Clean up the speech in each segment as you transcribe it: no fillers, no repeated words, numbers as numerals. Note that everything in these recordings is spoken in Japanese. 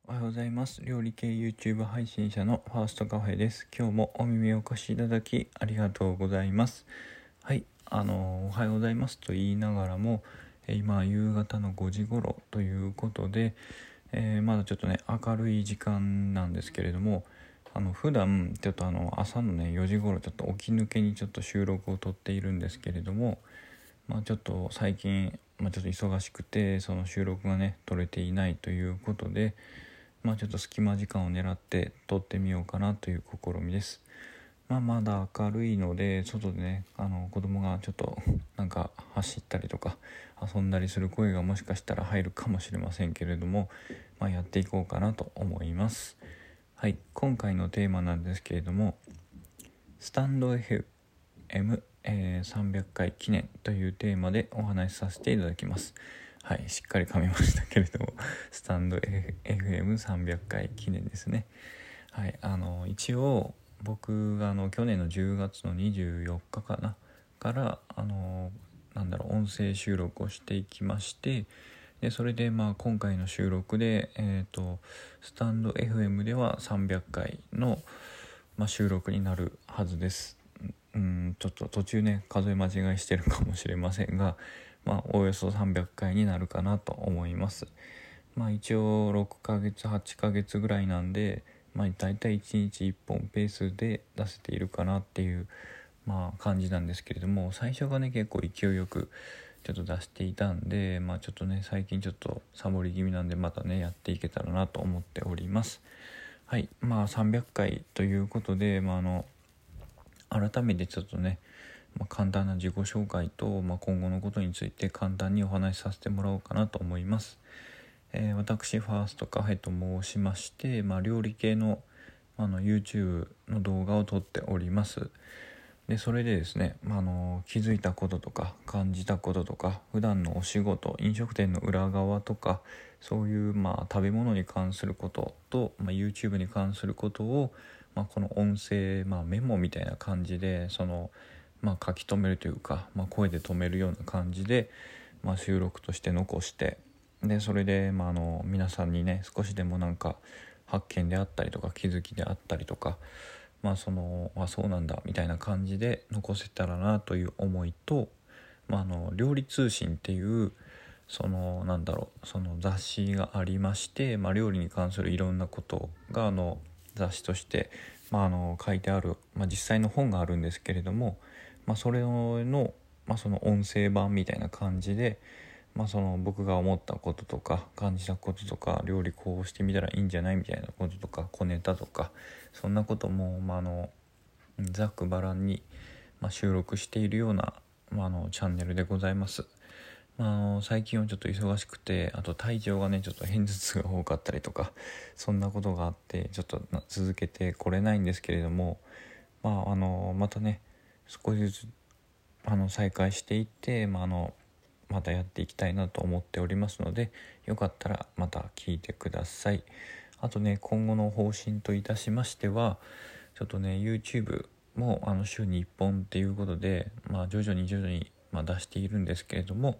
おはようございます。料理系 YouTube 配信者のファーストカフェです。今日もお耳をお貸しいただきありがとうございます。はい、おはようございますと言いながらも、今夕方の5時頃ということで、まだちょっとね明るい時間なんですけれども、普段ちょっと朝のね4時頃ちょっと起き抜けにちょっと収録を撮っているんですけれども、ちょっと最近、ちょっと忙しくてその収録がね撮れていないということで、ちょっと隙間時間を狙って撮ってみようかなという試みです。まだ明るいので外でね子供がちょっとなんか走ったりとか遊んだりする声がもしかしたら入るかもしれませんけれども、やっていこうかなと思います。はい、今回のテーマなんですけれども、スタンド FM、300回記念というテーマでお話しさせていただきます。はい、しっかり噛みましたけれどもスタンド FM300 回記念ですね。はい、一応僕が去年の10月の24日かなから音声収録をしていきまして、でそれで今回の収録で、スタンド FM では300回の、収録になるはずです。ちょっと途中ね数え間違いしてるかもしれませんが、おおよそ300回になるかなと思います。一応6ヶ月8ヶ月ぐらいなんで、だいたい1日1本ペースで出せているかなっていう感じなんですけれども、最初がね結構勢いよくちょっと出していたんで、ちょっとね最近ちょっとサボり気味なんでまたねやっていけたらなと思っております。はい、300回ということで、改めてちょっとね、簡単な自己紹介と、今後のことについて簡単にお話しさせてもらおうかなと思います。私ファーストカフェと申しまして、料理系のYouTube の動画を撮っております。でそれでですね、気づいたこととか感じたこととか普段のお仕事、飲食店の裏側とかそういう、食べ物に関することと、YouTube に関することを、この音声、メモみたいな感じで書き留めるというか、声で止めるような感じで、収録として残して、でそれで、皆さんにね少しでも発見であったりとか気づきであったりとか、そうなんだみたいな感じで残せたらなという思いと、料理通信っていうその雑誌がありまして、料理に関するいろんなことが雑誌として、書いてある、実際の本があるんですけれども、それの、その音声版みたいな感じで、僕が思ったこととか感じたこととか、料理こうしてみたらいいんじゃないみたいなこととか、小ネタとかそんなことも、ざっくばらんに、収録しているような、チャンネルでございます。最近はちょっと忙しくて、あと体調がねちょっと片頭痛が多かったりとかそんなことがあってちょっと続けてこれないんですけれども、またね少しずつ再開していって、またやっていきたいなと思っておりますので、よかったらまた聞いてください。あとね今後の方針といたしましては、ちょっとね YouTube も週に1本っていうことで、徐々に出しているんですけれども、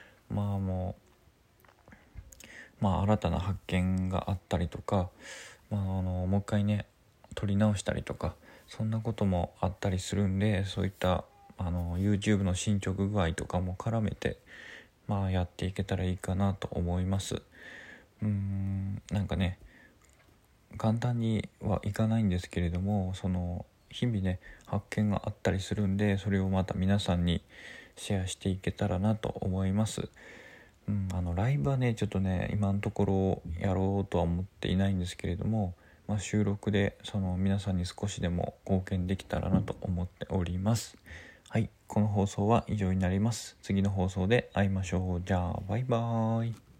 新たな発見があったりとか、もう一回ね撮り直したりとかそんなこともあったりするんで、そういったYouTube の進捗具合とかも絡めて、やっていけたらいいかなと思います。簡単にはいかないんですけれども、日々ね発見があったりするんで、それをまた皆さんにシェアしていけたらなと思います。ライブはねちょっとね今のところやろうとは思っていないんですけれども、収録で皆さんに少しでも貢献できたらなと思っております。はい、この放送は以上になります。次の放送で会いましょう。じゃあバイバーイ。